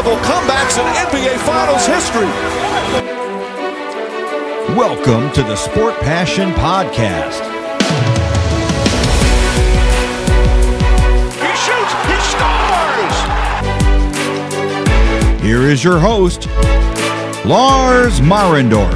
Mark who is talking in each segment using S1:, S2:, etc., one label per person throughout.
S1: historical comebacks in NBA Finals history.
S2: Welcome to the Sport Passion Podcast.
S1: He shoots, he scores!
S2: Here is your host, Lars Marendorf.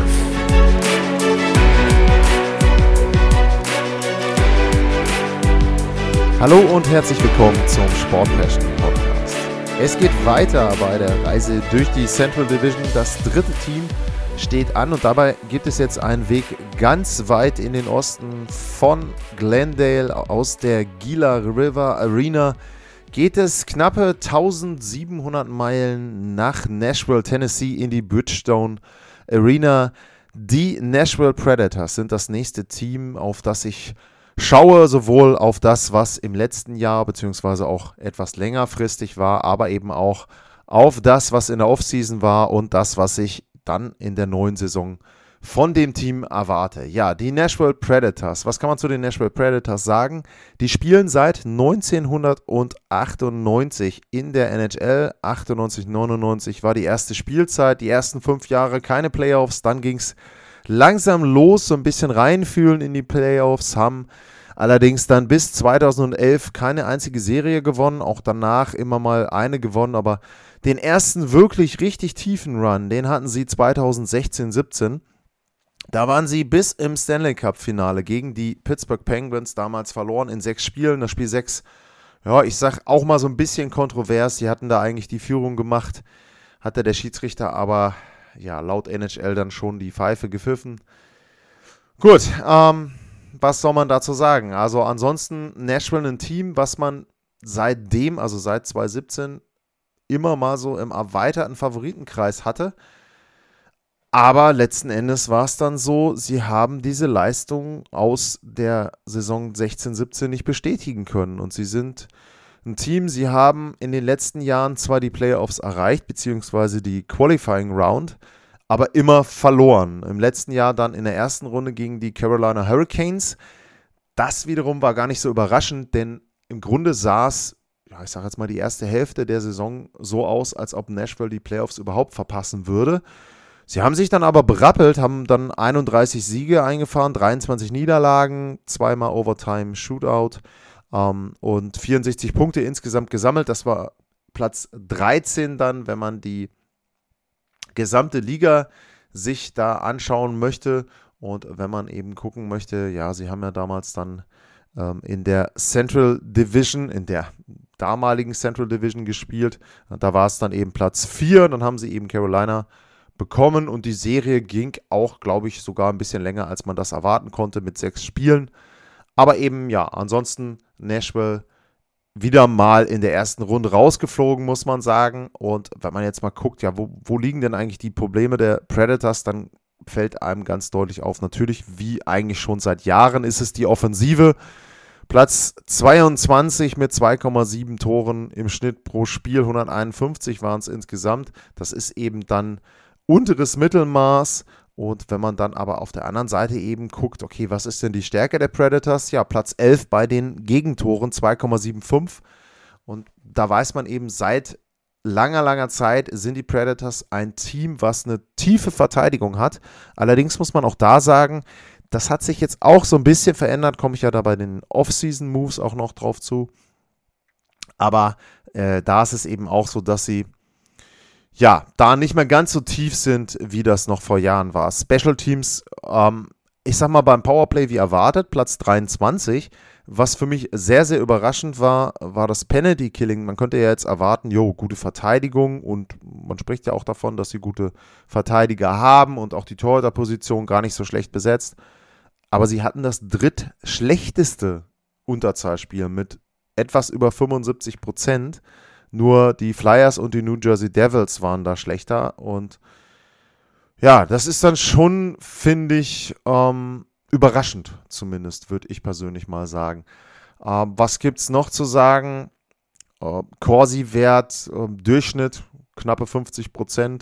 S3: Hallo und herzlich willkommen zum Sport Passion Podcast. Es geht weiter bei der Reise durch die Central Division. Das dritte Team steht an und dabei gibt es jetzt einen Weg ganz weit in den Osten. Von Glendale aus der Gila River Arena geht es knappe 1700 Meilen nach Nashville, Tennessee in die Bridgestone Arena. Die Nashville Predators sind das nächste Team, auf das ich schaue, sowohl auf das, was im letzten Jahr beziehungsweise auch etwas längerfristig war, aber eben auch auf das, was in der Offseason war und das, was ich dann in der neuen Saison von dem Team erwarte. Ja, die Nashville Predators. Was kann man zu den Nashville Predators sagen? Die spielen seit 1998 in der NHL. 98, 99 war die erste Spielzeit. Die ersten 5 Jahre keine Playoffs. Dann ging es langsam los, so ein bisschen reinfühlen in die Playoffs, haben allerdings dann bis 2011 keine einzige Serie gewonnen, auch danach immer mal eine gewonnen, aber den ersten wirklich richtig tiefen Run, den hatten sie 2016-17. Da waren sie bis im Stanley Cup-Finale gegen die Pittsburgh Penguins damals verloren in 6 Spielen. Das Spiel 6, ja, ich sag auch mal so ein bisschen kontrovers. Sie hatten da eigentlich die Führung gemacht, hatte der Schiedsrichter aber ja, laut NHL dann schon die Pfeife gepfiffen. Gut, was soll man dazu sagen? Also ansonsten Nashville ein Team, was man seitdem, also seit 2017, immer mal so im erweiterten Favoritenkreis hatte. Aber letzten Endes war es dann so, sie haben diese Leistung aus der Saison 16-17 nicht bestätigen können. Und sie sind ein Team, sie haben in den letzten Jahren zwar die Playoffs erreicht, beziehungsweise die Qualifying Round, aber immer verloren. Im letzten Jahr dann in der ersten Runde gegen die Carolina Hurricanes. Das wiederum war gar nicht so überraschend, denn im Grunde sah es, ja, ich sage jetzt mal die erste Hälfte der Saison so aus, als ob Nashville die Playoffs überhaupt verpassen würde. Sie haben sich dann aber berappelt, haben dann 31 Siege eingefahren, 23 Niederlagen, 2-mal Overtime Shootout. Und 64 Punkte insgesamt gesammelt. Das war Platz 13 dann, wenn man die gesamte Liga sich da anschauen möchte. Und wenn man eben gucken möchte, ja, sie haben ja damals dann in der Central Division, in der damaligen Central Division gespielt. Da war es dann eben Platz 4. Dann haben sie eben Carolina bekommen und die Serie ging auch, glaube ich, sogar ein bisschen länger, als man das erwarten konnte mit 6 Spielen. Aber eben, ja, ansonsten Nashville wieder mal in der ersten Runde rausgeflogen, muss man sagen. Und wenn man jetzt mal guckt, ja, wo liegen denn eigentlich die Probleme der Predators, dann fällt einem ganz deutlich auf, natürlich, wie eigentlich schon seit Jahren, ist es die Offensive. Platz 22 mit 2,7 Toren im Schnitt pro Spiel, 151 waren es insgesamt. Das ist eben dann unteres Mittelmaß. Und wenn man dann aber auf der anderen Seite eben guckt, okay, was ist denn die Stärke der Predators? Ja, Platz 11 bei den Gegentoren, 2,75. Und da weiß man eben, seit langer Zeit sind die Predators ein Team, was eine tiefe Verteidigung hat. Allerdings muss man auch da sagen, das hat sich jetzt auch so ein bisschen verändert, komme ich ja da bei den Off-Season-Moves auch noch drauf zu. Aber da ist es eben auch so, dass sie ja, da nicht mehr ganz so tief sind, wie das noch vor Jahren war. Special Teams, ich sag mal beim Powerplay wie erwartet, Platz 23. Was für mich sehr, sehr überraschend war, war das Penalty Killing. Man könnte ja jetzt erwarten, gute Verteidigung und man spricht ja auch davon, dass sie gute Verteidiger haben und auch die Torhüterposition gar nicht so schlecht besetzt. Aber sie hatten das drittschlechteste Unterzahlspiel mit etwas über 75%. Nur die Flyers und die New Jersey Devils waren da schlechter. Und ja, das ist dann schon, finde ich, überraschend zumindest, würde ich persönlich mal sagen. Was gibt es noch zu sagen? Corsi-Wert, Durchschnitt, knappe 50%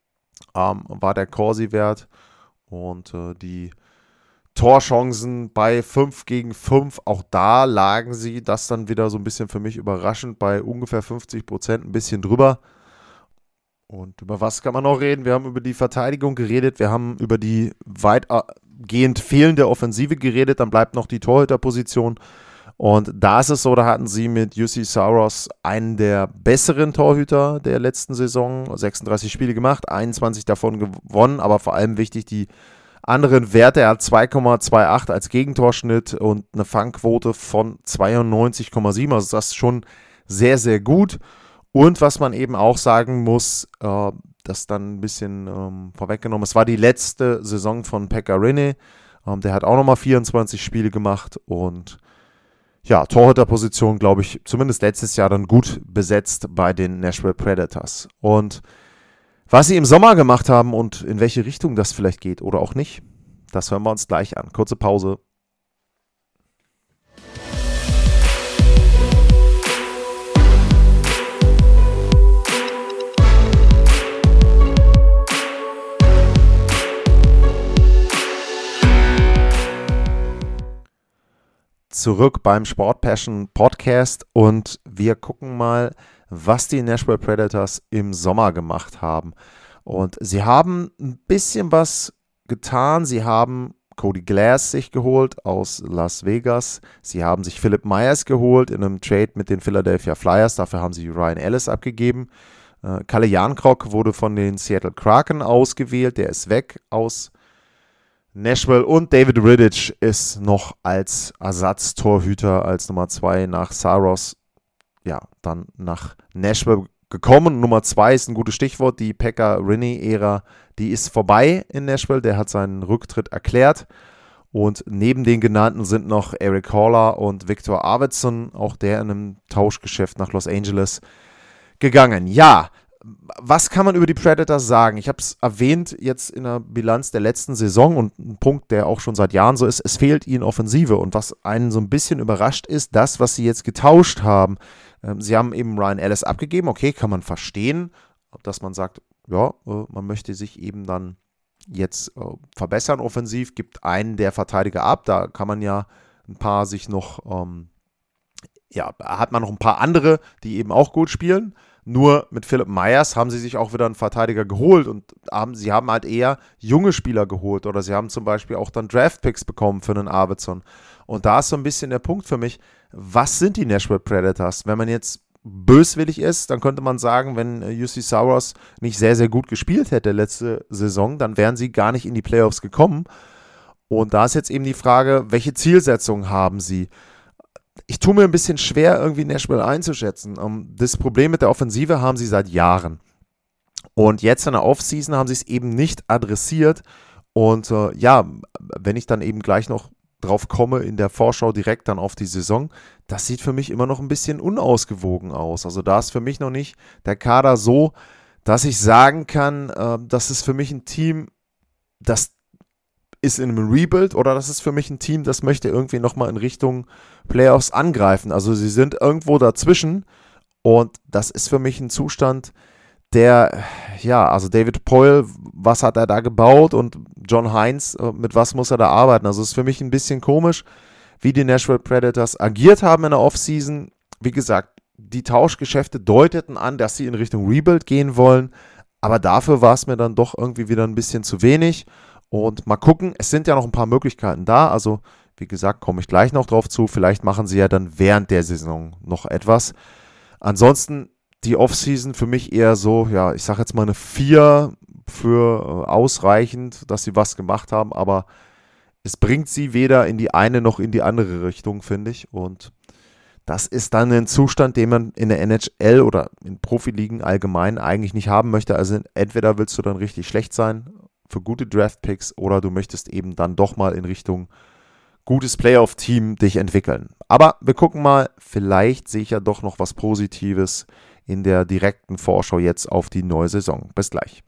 S3: war der Corsi-Wert. Und die Torchancen bei 5-5, auch da lagen sie, das dann wieder so ein bisschen für mich überraschend, bei ungefähr 50%, ein bisschen drüber. Und über was kann man noch reden? Wir haben über die Verteidigung geredet, wir haben über die weitgehend fehlende Offensive geredet, dann bleibt noch die Torhüterposition. Und da ist es so, da hatten sie mit Juuse Saros einen der besseren Torhüter der letzten Saison, 36 Spiele gemacht, 21 davon gewonnen, aber vor allem wichtig, die anderen Werte, er hat 2,28 als Gegentorschnitt und eine Fangquote von 92,7, also das ist schon sehr, sehr gut. Und was man eben auch sagen muss, das dann ein bisschen vorweggenommen, es war die letzte Saison von Pekka Rinne, der hat auch nochmal 24 Spiele gemacht und ja, Torhüterposition, glaube ich, zumindest letztes Jahr dann gut besetzt bei den Nashville Predators. Und was sie im Sommer gemacht haben und in welche Richtung das vielleicht geht oder auch nicht, das hören wir uns gleich an. Kurze Pause. Zurück beim Sport Passion Podcast und wir gucken mal, was die Nashville Predators im Sommer gemacht haben. Und sie haben ein bisschen was getan. Sie haben Cody Glass sich geholt aus Las Vegas. Sie haben sich Philip Myers geholt in einem Trade mit den Philadelphia Flyers. Dafür haben sie Ryan Ellis abgegeben. Kalle Järnkrok wurde von den Seattle Kraken ausgewählt. Der ist weg aus Nashville und David Rittich ist noch als Ersatztorhüter, als Nummer 2 nach Saros, ja, dann nach Nashville gekommen. Nummer 2 ist ein gutes Stichwort, die Pekka Rinne-Ära, die ist vorbei in Nashville, der hat seinen Rücktritt erklärt. Und neben den genannten sind noch Eric Haller und Victor Arvidsson, auch der in einem Tauschgeschäft nach Los Angeles gegangen. Ja, was kann man über die Predators sagen? Ich habe es erwähnt jetzt in der Bilanz der letzten Saison und ein Punkt, der auch schon seit Jahren so ist, es fehlt ihnen Offensive und was einen so ein bisschen überrascht ist, das, was sie jetzt getauscht haben. Sie haben eben Ryan Ellis abgegeben, okay, kann man verstehen, dass man sagt, ja, man möchte sich eben dann jetzt verbessern offensiv, gibt einen der Verteidiger ab, da kann man ja ein paar sich noch, hat man noch ein paar andere, die eben auch gut spielen. Nur mit Philip Myers haben sie sich auch wieder einen Verteidiger geholt und sie haben halt eher junge Spieler geholt oder sie haben zum Beispiel auch dann Draftpicks bekommen für einen Arvidsson. Und da ist so ein bisschen der Punkt für mich, was sind die Nashville Predators? Wenn man jetzt böswillig ist, dann könnte man sagen, wenn Juuse Saros nicht sehr, sehr gut gespielt hätte letzte Saison, dann wären sie gar nicht in die Playoffs gekommen. Und da ist jetzt eben die Frage, welche Zielsetzungen haben sie? Ich tue mir ein bisschen schwer, irgendwie Nashville einzuschätzen. Das Problem mit der Offensive haben sie seit Jahren. Und jetzt in der Offseason haben sie es eben nicht adressiert. Und wenn ich dann eben gleich noch drauf komme in der Vorschau direkt dann auf die Saison, das sieht für mich immer noch ein bisschen unausgewogen aus. Also da ist für mich noch nicht der Kader so, dass ich sagen kann, das ist für mich ein Team, das ist in einem Rebuild oder das ist für mich ein Team, das möchte irgendwie nochmal in Richtung Playoffs angreifen. Also sie sind irgendwo dazwischen und das ist für mich ein Zustand, der, also David Poile, was hat er da gebaut und John Hines, mit was muss er da arbeiten? Also es ist für mich ein bisschen komisch, wie die Nashville Predators agiert haben in der Offseason. Wie gesagt, die Tauschgeschäfte deuteten an, dass sie in Richtung Rebuild gehen wollen, aber dafür war es mir dann doch irgendwie wieder ein bisschen zu wenig. Und mal gucken, es sind ja noch ein paar Möglichkeiten da, also wie gesagt, komme ich gleich noch drauf zu, vielleicht machen sie ja dann während der Saison noch etwas. Ansonsten die Offseason für mich eher so, ich sage jetzt mal eine 4 für ausreichend, dass sie was gemacht haben, aber es bringt sie weder in die eine noch in die andere Richtung, finde ich. Und das ist dann ein Zustand, den man in der NHL oder in Profiligen allgemein eigentlich nicht haben möchte. Also entweder willst du dann richtig schlecht sein für gute Draftpicks oder du möchtest eben dann doch mal in Richtung gutes Playoff-Team dich entwickeln. Aber wir gucken mal, vielleicht sehe ich ja doch noch was Positives in der direkten Vorschau jetzt auf die neue Saison. Bis gleich.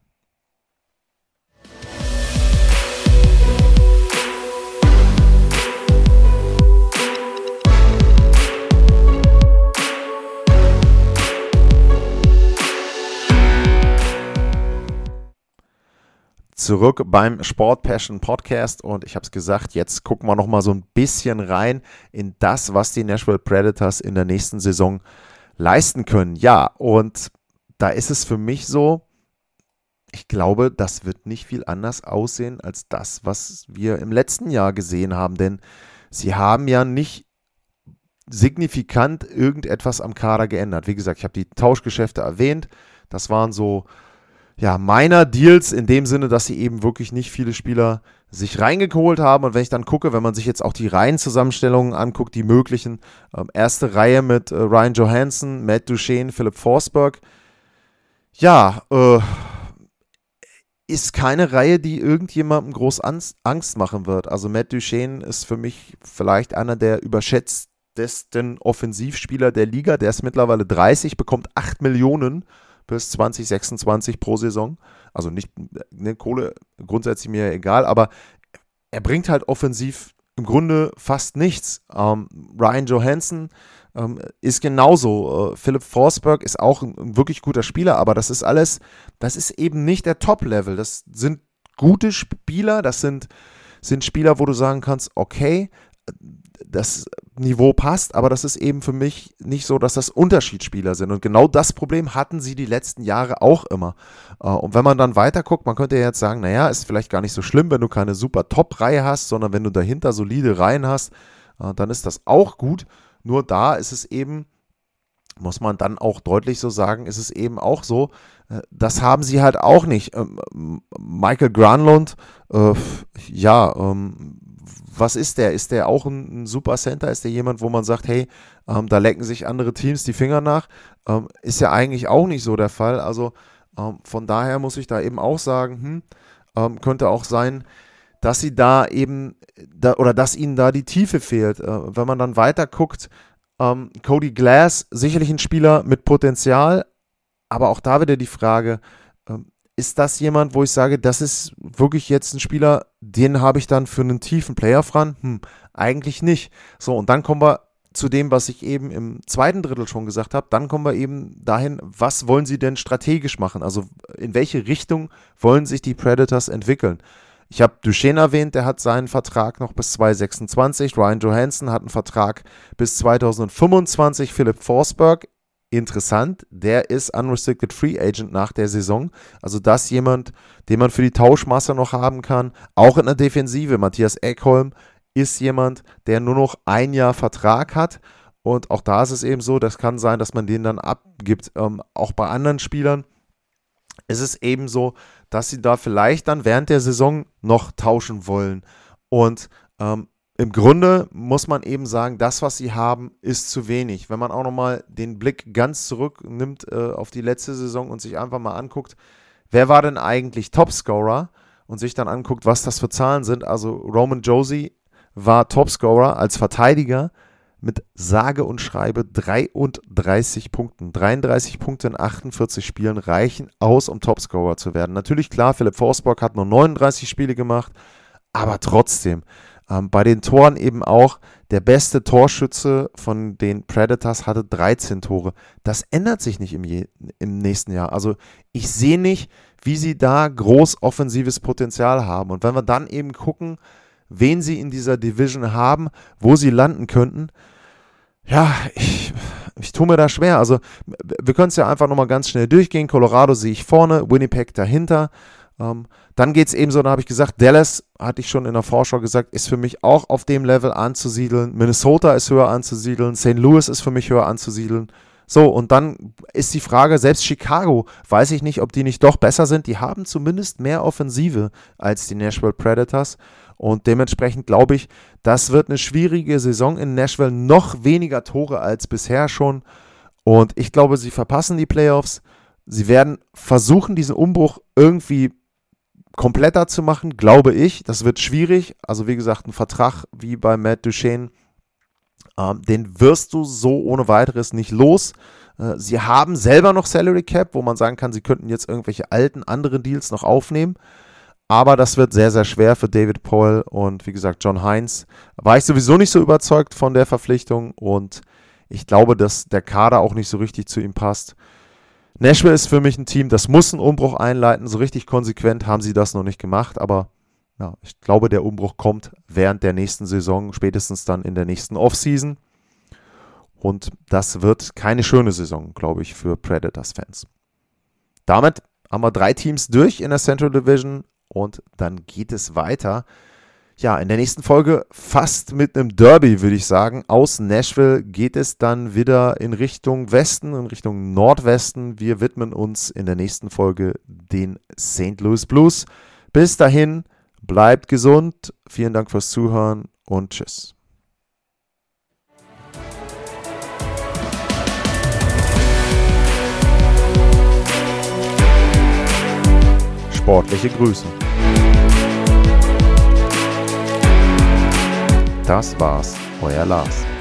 S3: Zurück beim Sport Passion Podcast und ich habe es gesagt, jetzt gucken wir nochmal so ein bisschen rein in das, was die Nashville Predators in der nächsten Saison leisten können. Ja, und da ist es für mich so, ich glaube, das wird nicht viel anders aussehen als das, was wir im letzten Jahr gesehen haben, denn sie haben ja nicht signifikant irgendetwas am Kader geändert. Wie gesagt, ich habe die Tauschgeschäfte erwähnt, das waren so minor Deals in dem Sinne, dass sie eben wirklich nicht viele Spieler sich reingeholt haben. Und wenn ich dann gucke, wenn man sich jetzt auch die Reihenzusammenstellungen anguckt, die möglichen, erste Reihe mit Ryan Johansson, Matt Duchene, Philip Forsberg, ist keine Reihe, die irgendjemandem groß Angst machen wird. Also Matt Duchene ist für mich vielleicht einer der überschätztesten Offensivspieler der Liga. Der ist mittlerweile 30, bekommt 8 Millionen bis 2026 pro Saison. Also nicht, Kohle grundsätzlich mir egal, aber er bringt halt offensiv im Grunde fast nichts. Ryan Johansson ist genauso. Philip Forsberg ist auch ein wirklich guter Spieler, aber das ist eben nicht der Top-Level. Das sind gute Spieler, das sind Spieler, wo du sagen kannst, okay, das Niveau passt, aber das ist eben für mich nicht so, dass das Unterschiedsspieler sind. Und genau das Problem hatten sie die letzten Jahre auch immer. Und wenn man dann weiter guckt, man könnte ja jetzt sagen, naja, ist vielleicht gar nicht so schlimm, wenn du keine super Top-Reihe hast, sondern wenn du dahinter solide Reihen hast, dann ist das auch gut. Nur da ist es eben, muss man dann auch deutlich so sagen, ist es eben auch so, das haben sie halt auch nicht. Michael Granlund, was ist der? Ist der auch ein Super Center? Ist der jemand, wo man sagt, hey, da lecken sich andere Teams die Finger nach? Ist ja eigentlich auch nicht so der Fall. Also von daher muss ich da eben auch sagen, könnte auch sein, dass sie da eben, oder dass ihnen da die Tiefe fehlt. Wenn man dann weiter guckt, Cody Glass, sicherlich ein Spieler mit Potenzial, aber auch da wieder die Frage, ist das jemand, wo ich sage, das ist wirklich jetzt ein Spieler, den habe ich dann für einen tiefen Playoff ran? Eigentlich nicht. So, und dann kommen wir zu dem, was ich eben im zweiten Drittel schon gesagt habe. Dann kommen wir eben dahin, was wollen sie denn strategisch machen? Also in welche Richtung wollen sich die Predators entwickeln? Ich habe Duchene erwähnt, der hat seinen Vertrag noch bis 2026. Ryan Johansson hat einen Vertrag bis 2025. Philip Forsberg, interessant, der ist Unrestricted Free Agent nach der Saison. Also das jemand, den man für die Tauschmasse noch haben kann. Auch in der Defensive. Mattias Ekholm ist jemand, der nur noch ein Jahr Vertrag hat. Und auch da ist es eben so, das kann sein, dass man den dann abgibt. Auch bei anderen Spielern ist es eben so, dass sie da vielleicht dann während der Saison noch tauschen wollen. Und im Grunde muss man eben sagen, das, was sie haben, ist zu wenig. Wenn man auch nochmal den Blick ganz zurücknimmt auf die letzte Saison und sich einfach mal anguckt, wer war denn eigentlich Topscorer und sich dann anguckt, was das für Zahlen sind. Also Roman Josi war Topscorer als Verteidiger mit sage und schreibe 33 Punkten. 33 Punkte in 48 Spielen reichen aus, um Topscorer zu werden. Natürlich, klar, Philip Forsberg hat nur 39 Spiele gemacht, aber trotzdem. Bei den Toren eben auch, der beste Torschütze von den Predators hatte 13 Tore. Das ändert sich nicht im nächsten Jahr. Also ich sehe nicht, wie sie da groß offensives Potenzial haben. Und wenn wir dann eben gucken, wen sie in dieser Division haben, wo sie landen könnten, ja, ich tue mir da schwer. Also wir können es ja einfach nochmal ganz schnell durchgehen. Colorado sehe ich vorne, Winnipeg dahinter. Dann geht es eben so, da habe ich gesagt, Dallas, hatte ich schon in der Vorschau gesagt, ist für mich auch auf dem Level anzusiedeln. Minnesota ist höher anzusiedeln. St. Louis ist für mich höher anzusiedeln. So, und dann ist die Frage, selbst Chicago, weiß ich nicht, ob die nicht doch besser sind. Die haben zumindest mehr Offensive als die Nashville Predators. Und dementsprechend glaube ich, das wird eine schwierige Saison in Nashville. Noch weniger Tore als bisher schon. Und ich glaube, sie verpassen die Playoffs. Sie werden versuchen, diesen Umbruch irgendwie kompletter zu machen, glaube ich. Das wird schwierig. Also wie gesagt, ein Vertrag wie bei Matt Duchene, den wirst du so ohne weiteres nicht los. Sie haben selber noch Salary Cap, wo man sagen kann, sie könnten jetzt irgendwelche alten, anderen Deals noch aufnehmen. Aber das wird sehr, sehr schwer für David Poile und wie gesagt, John Hines. War ich sowieso nicht so überzeugt von der Verpflichtung und ich glaube, dass der Kader auch nicht so richtig zu ihm passt. Nashville ist für mich ein Team, das muss einen Umbruch einleiten. So richtig konsequent haben sie das noch nicht gemacht, aber ja, ich glaube, der Umbruch kommt während der nächsten Saison, spätestens dann in der nächsten Offseason. Und das wird keine schöne Saison, glaube ich, für Predators-Fans. Damit haben wir 3 Teams durch in der Central Division und dann geht es weiter. Ja, in der nächsten Folge fast mit einem Derby, würde ich sagen. Aus Nashville geht es dann wieder in Richtung Westen, in Richtung Nordwesten. Wir widmen uns in der nächsten Folge den St. Louis Blues. Bis dahin, bleibt gesund. Vielen Dank fürs Zuhören und tschüss. Sportliche Grüße. Das war's, euer Lars.